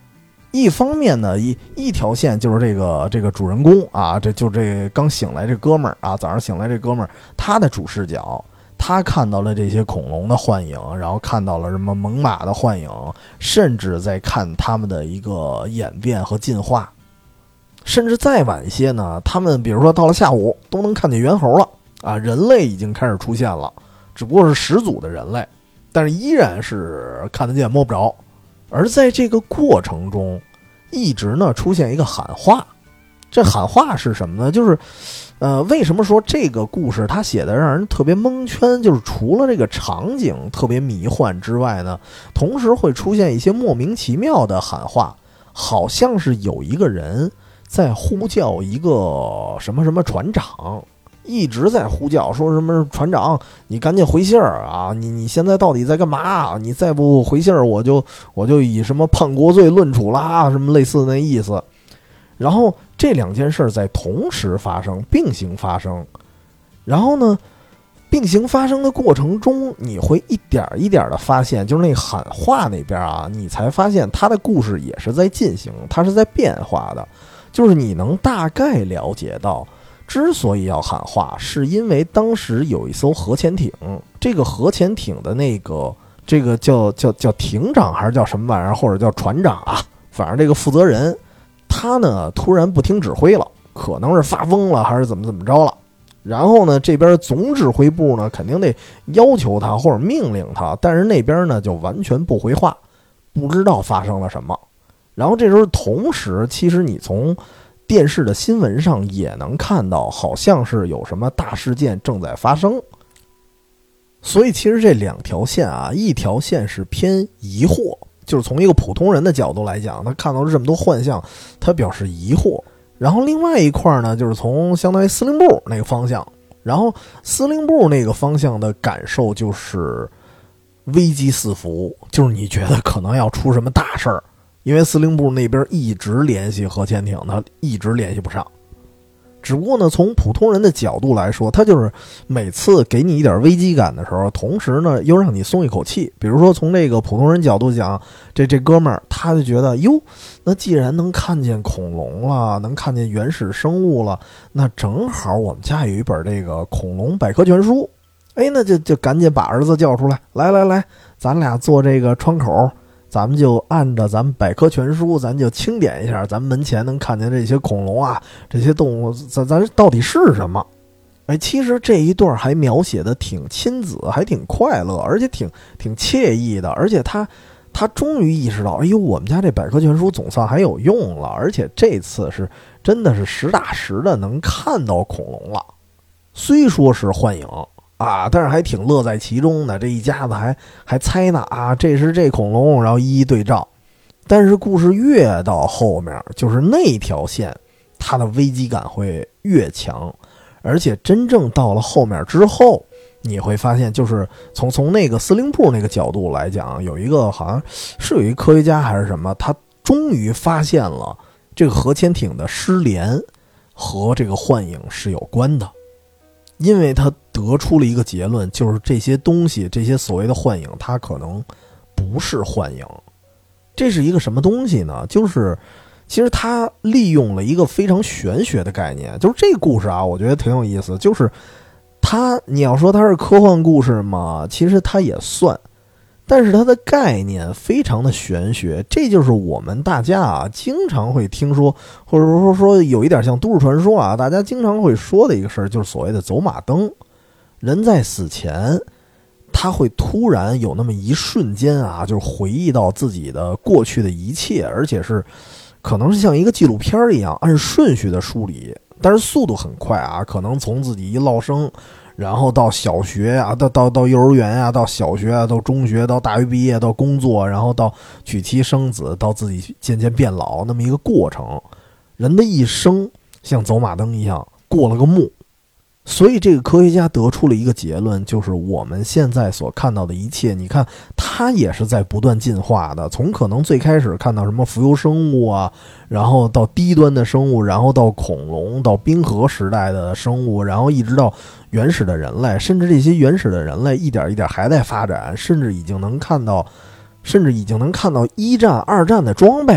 一方面呢，一一条线就是这个这个主人公啊，这就这刚醒来这哥们儿啊，早上醒来这哥们儿，他的主视角，他看到了这些恐龙的幻影，然后看到了什么猛犸的幻影，甚至在看他们的一个演变和进化。甚至再晚一些呢，他们比如说到了下午都能看见猿猴了啊，人类已经开始出现了，只不过是始祖的人类，但是依然是看得见摸不着。而在这个过程中一直呢出现一个喊话，这喊话是什么呢？就是呃，为什么说这个故事它写的让人特别蒙圈，就是除了这个场景特别迷幻之外呢，同时会出现一些莫名其妙的喊话，好像是有一个人在呼叫一个什么什么船长，一直在呼叫，说什么船长你赶紧回信儿啊，你你现在到底在干嘛，你再不回信儿我就我就以什么叛国罪论处啦，什么类似那意思。然后这两件事在同时发生，并行发生，然后呢并行发生的过程中，你会一点一点的发现，就是那喊话那边啊，你才发现他的故事也是在进行，它是在变化的。就是你能大概了解到，之所以要喊话，是因为当时有一艘核潜艇，这个核潜艇的那个这个叫叫叫艇长还是叫什么玩意儿，或者叫船长啊，反正这个负责人，他呢突然不听指挥了，可能是发疯了，还是怎么怎么着了。然后呢，这边总指挥部呢肯定得要求他或者命令他，但是那边呢就完全不回话，不知道发生了什么。然后这时候同时，其实你从电视的新闻上也能看到，好像是有什么大事件正在发生。所以其实这两条线啊，一条线是偏疑惑，就是从一个普通人的角度来讲，他看到了这么多幻象，他表示疑惑。然后另外一块呢，就是从相当于司令部那个方向，然后司令部那个方向的感受就是危机四伏，就是你觉得可能要出什么大事儿。因为司令部那边一直联系核潜艇，他一直联系不上。只不过呢，从普通人的角度来说，他就是每次给你一点危机感的时候，同时呢又让你松一口气。比如说从这个普通人角度讲，这这哥们儿他就觉得，哟，那既然能看见恐龙了，能看见原始生物了，那正好我们家有一本这个恐龙百科全书，哎，那就就赶紧把儿子叫出来，来来来，咱俩做这个窗口。咱们就按照咱们百科全书，咱就清点一下，咱们门前能看见这些恐龙啊，这些动物，咱咱到底是什么？哎，其实这一段还描写的挺亲子，还挺快乐，而且挺挺惬意的。而且他他终于意识到，哎呦，我们家这百科全书总算还有用了，而且这次是真的是实打实的能看到恐龙了，虽说是幻影。啊，但是还挺乐在其中的，这一家子还还猜呢啊，这是这恐龙，然后一一对照。但是故事越到后面，就是那条线，它的危机感会越强，而且真正到了后面之后，你会发现，就是从从那个司令部那个角度来讲，有一个好像是有一个科学家还是什么，他终于发现了这个核潜艇的失联和这个幻影是有关的。因为他得出了一个结论，就是这些东西，这些所谓的幻影，它可能不是幻影。这是一个什么东西呢？就是其实他利用了一个非常玄学的概念，就是这个故事啊，我觉得挺有意思。就是它，你要说它是科幻故事嘛，其实它也算，但是它的概念非常的玄学，这就是我们大家啊经常会听说，或者说说有一点像都市传说啊，大家经常会说的一个事儿，就是所谓的走马灯。人在死前，他会突然有那么一瞬间啊，就是回忆到自己的过去的一切，而且是可能是像一个纪录片一样按顺序的梳理，但是速度很快啊，可能从自己一落生，然后到小学啊，到到到幼儿园啊，到小学啊，到中学，到大学毕业，到工作，然后到娶妻生子，到自己渐渐变老，那么一个过程。人的一生像走马灯一样过了个目。所以这个科学家得出了一个结论，就是我们现在所看到的一切，你看它也是在不断进化的，从可能最开始看到什么浮游生物啊，然后到低端的生物，然后到恐龙，到冰河时代的生物，然后一直到原始的人类，甚至这些原始的人类一点一点还在发展，甚至已经能看到甚至已经能看到一战二战的装备了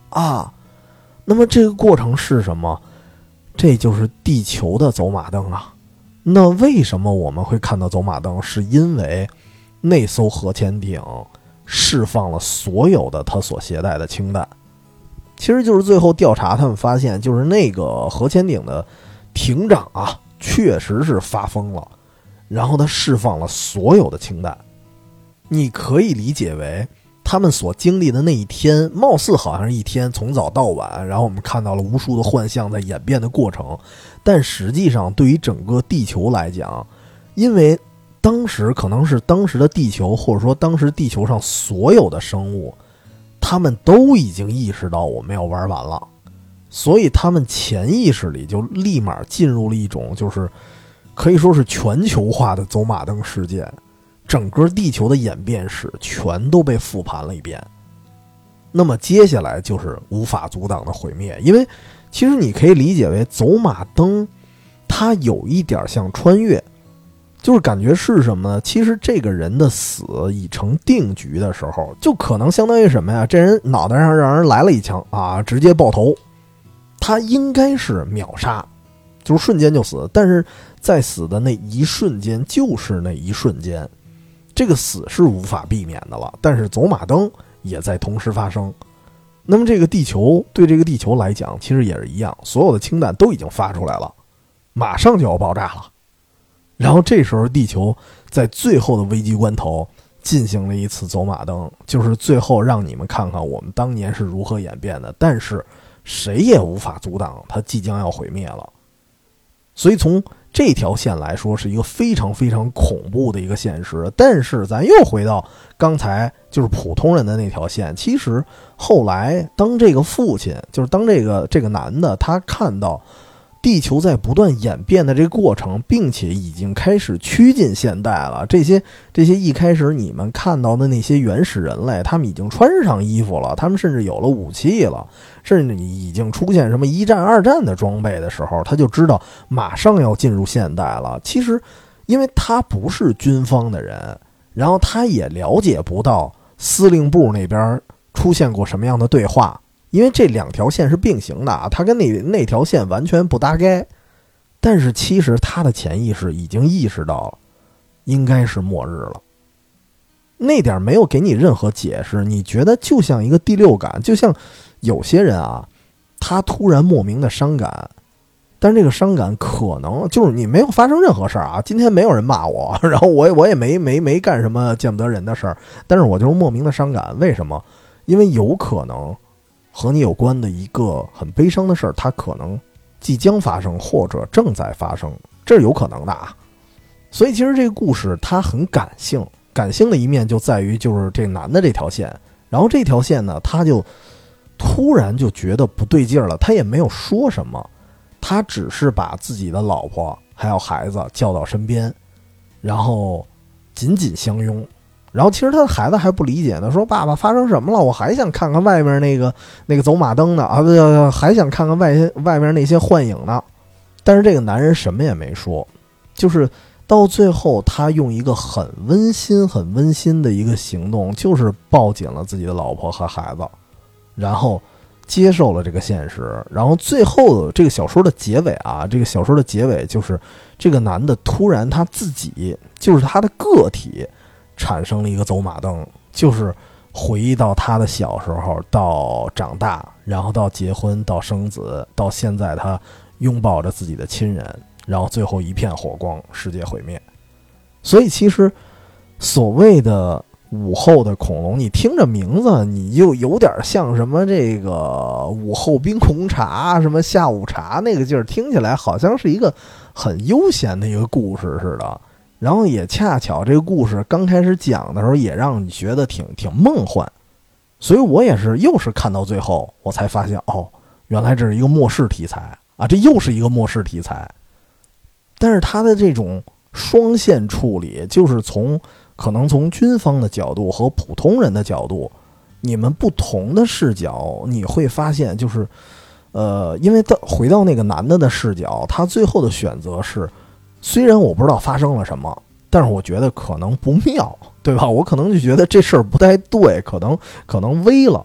啊。那么这个过程是什么？这就是地球的走马灯啊。那为什么我们会看到走马灯？是因为那艘核潜艇释放了所有的它所携带的氢弹。其实就是最后调查他们发现，就是那个核潜艇的艇长啊，确实是发疯了，然后他释放了所有的氢弹。你可以理解为他们所经历的那一天，貌似好像是一天从早到晚，然后我们看到了无数的幻象在演变的过程，但实际上对于整个地球来讲，因为当时可能是当时的地球，或者说当时地球上所有的生物，他们都已经意识到我们要玩完了，所以他们潜意识里就立马进入了一种就是可以说是全球化的走马灯事件，整个地球的演变史全都被复盘了一遍。那么接下来就是无法阻挡的毁灭，因为其实你可以理解为走马灯它有一点像穿越，就是感觉是什么呢？其实这个人的死已成定局的时候，就可能相当于什么呀？这人脑袋上让人来了一枪啊，直接爆头，他应该是秒杀，就是瞬间就死，但是在死的那一瞬间，就是那一瞬间，这个死是无法避免的了，但是走马灯也在同时发生。那么这个地球对这个地球来讲其实也是一样，所有的氢弹都已经发出来了，马上就要爆炸了。然后这时候地球在最后的危机关头进行了一次走马灯，就是最后让你们看看我们当年是如何演变的，但是谁也无法阻挡它即将要毁灭了。所以从这条线来说是一个非常非常恐怖的一个现实。但是咱又回到刚才就是普通人的那条线，其实后来当这个父亲，就是当这个这个男的，他看到地球在不断演变的这个过程，并且已经开始趋近现代了。这些这些一开始你们看到的那些原始人类，他们已经穿上衣服了，他们甚至有了武器了，甚至已经出现什么一战二战的装备的时候，他就知道马上要进入现代了。其实因为他不是军方的人，然后他也了解不到司令部那边出现过什么样的对话，因为这两条线是并行的啊，它跟那那条线完全不搭该。但是其实他的潜意识已经意识到了，应该是末日了。那点没有给你任何解释，你觉得就像一个第六感，就像有些人啊，他突然莫名的伤感，但是这个伤感可能就是你没有发生任何事儿啊，今天没有人骂我，然后我也我也没没没干什么见不得人的事儿，但是我就是莫名的伤感。为什么？因为有可能和你有关的一个很悲伤的事儿，它可能即将发生或者正在发生，这是有可能的啊。所以其实这个故事它很感性，感性的一面就在于就是这男的这条线，然后这条线呢，他就突然就觉得不对劲了，他也没有说什么，他只是把自己的老婆还有孩子叫到身边，然后紧紧相拥。然后其实他的孩子还不理解呢，说爸爸发生什么了？我还想看看外面那个那个走马灯呢啊，不，还想看看外外面那些幻影呢。但是这个男人什么也没说，就是到最后他用一个很温馨很温馨的一个行动，就是抱紧了自己的老婆和孩子，然后接受了这个现实。然后最后这个小说的结尾啊，这个小说的结尾就是这个男的突然他自己就是他的个体产生了一个走马灯，就是回忆到他的小时候到长大，然后到结婚到生子，到现在他拥抱着自己的亲人，然后最后一片火光，世界毁灭。所以其实所谓的午后的恐龙，你听着名字你就有点像什么这个午后冰红茶，什么下午茶那个劲儿，听起来好像是一个很悠闲的一个故事似的。然后也恰巧这个故事刚开始讲的时候也让你觉得挺挺梦幻，所以我也是又是看到最后我才发现，哦，原来这是一个末世题材啊，这又是一个末世题材。但是它的这种双线处理，就是从可能从军方的角度和普通人的角度，你们不同的视角，你会发现就是呃，因为到回到那个男的的视角，他最后的选择是，虽然我不知道发生了什么，但是我觉得可能不妙，对吧？我可能就觉得这事儿不太对，可能可能危了。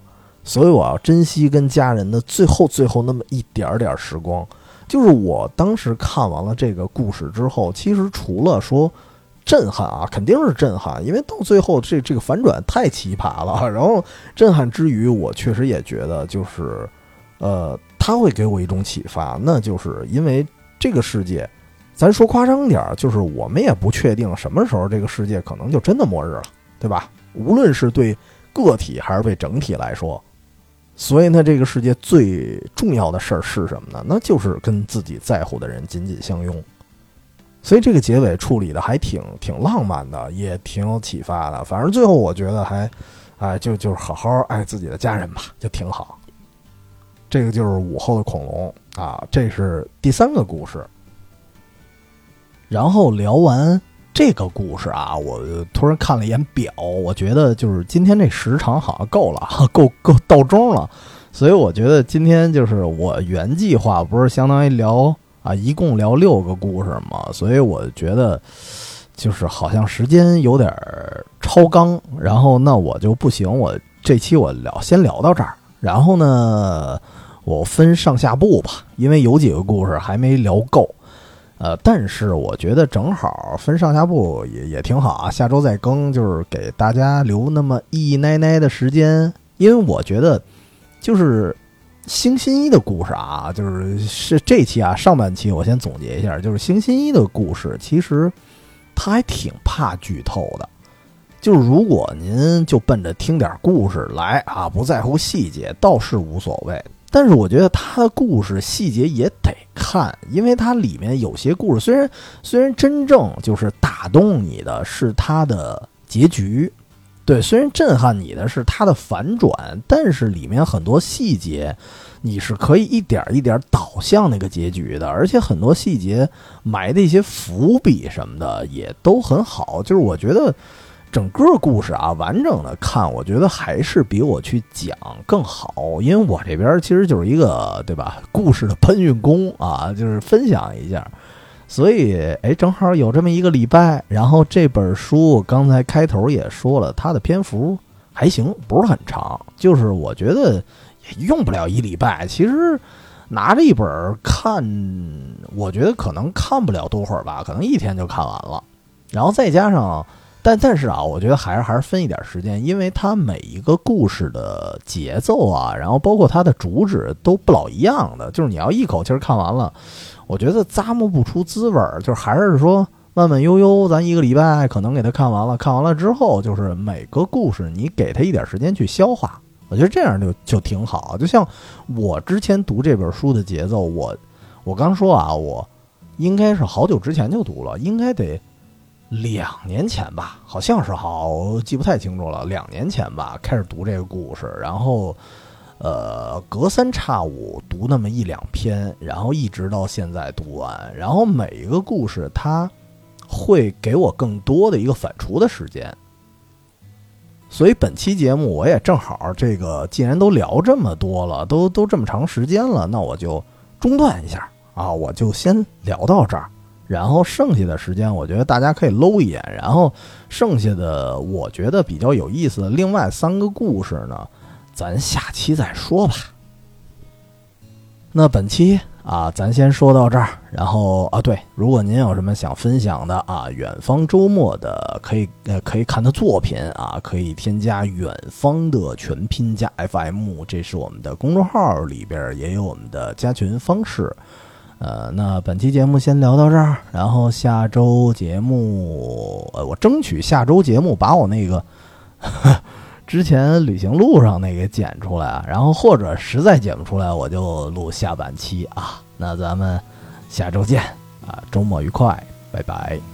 所以我要珍惜跟家人的最后最后那么一点点时光。就是我当时看完了这个故事之后，其实除了说震撼啊，肯定是震撼，因为到最后这这个反转太奇葩了。然后震撼之余，我确实也觉得就是，呃，他会给我一种启发，那就是因为这个世界，咱说夸张点，就是我们也不确定什么时候这个世界可能就真的末日了，对吧？无论是对个体还是对整体来说。所以呢，这个世界最重要的事儿是什么呢？那就是跟自己在乎的人紧紧相拥。所以这个结尾处理的还挺挺浪漫的，也挺有启发的。反正最后我觉得还，哎，就就是好好爱自己的家人吧，就挺好。这个就是午后的恐龙啊，这是第三个故事。然后聊完这个故事啊，我突然看了一眼表，我觉得就是今天这时长好像够了，够够到钟了，所以我觉得今天就是我原计划不是相当于聊啊，一共聊六个故事嘛，所以我觉得就是好像时间有点超纲，然后那我就不行，我这期我聊先聊到这儿，然后呢，我分上下部吧，因为有几个故事还没聊够。呃，但是我觉得正好分上下部也也挺好啊，下周再更，就是给大家留那么一奶奶的时间，因为我觉得就是星新一的故事啊，就是是这期啊上半期我先总结一下，就是星新一的故事其实他还挺怕剧透的，就是如果您就奔着听点故事来啊，不在乎细节倒是无所谓。但是我觉得他的故事细节也得看，因为它里面有些故事虽然虽然真正就是打动你的是它的结局，对，虽然震撼你的是它的反转，但是里面很多细节你是可以一点一点导向那个结局的，而且很多细节埋的一些伏笔什么的也都很好，就是我觉得整个故事啊，完整的看，我觉得还是比我去讲更好，因为我这边其实就是一个，对吧？故事的搬运工啊，就是分享一下。所以，哎，正好有这么一个礼拜，然后这本书刚才开头也说了，它的篇幅还行，不是很长，就是我觉得也用不了一礼拜。其实拿着一本看，我觉得可能看不了多会儿吧，可能一天就看完了。然后再加上。但但是啊，我觉得还是还是分一点时间，因为它每一个故事的节奏啊，然后包括它的主旨都不老一样的，就是你要一口气看完了，我觉得咂摸不出滋味儿，就是还是说慢慢悠悠，咱一个礼拜可能给它看完了，看完了之后，就是每个故事你给它一点时间去消化，我觉得这样就就挺好。就像我之前读这本书的节奏，我我刚说啊，我应该是好久之前就读了，应该得。两年前吧，好像是好记不太清楚了。两年前吧，开始读这个故事，然后，呃，隔三差五读那么一两篇，然后一直到现在读完。然后每一个故事，它会给我更多的一个反刍的时间。所以本期节目我也正好，这个既然都聊这么多了，都都这么长时间了，那我就中断一下啊，我就先聊到这儿。然后剩下的时间我觉得大家可以搂一眼，然后剩下的我觉得比较有意思的另外三个故事呢，咱下期再说吧。那本期啊咱先说到这儿，然后啊对，如果您有什么想分享的啊，远方周末的可以呃可以看的作品啊，可以添加远方的全拼加 F M， 这是我们的公众号，里边也有我们的加群方式。呃，那本期节目先聊到这儿，然后下周节目，呃，我争取下周节目把我那个呵之前旅行路上那个剪出来，然后或者实在剪不出来，我就录下半期啊。那咱们下周见啊，周末愉快，拜拜。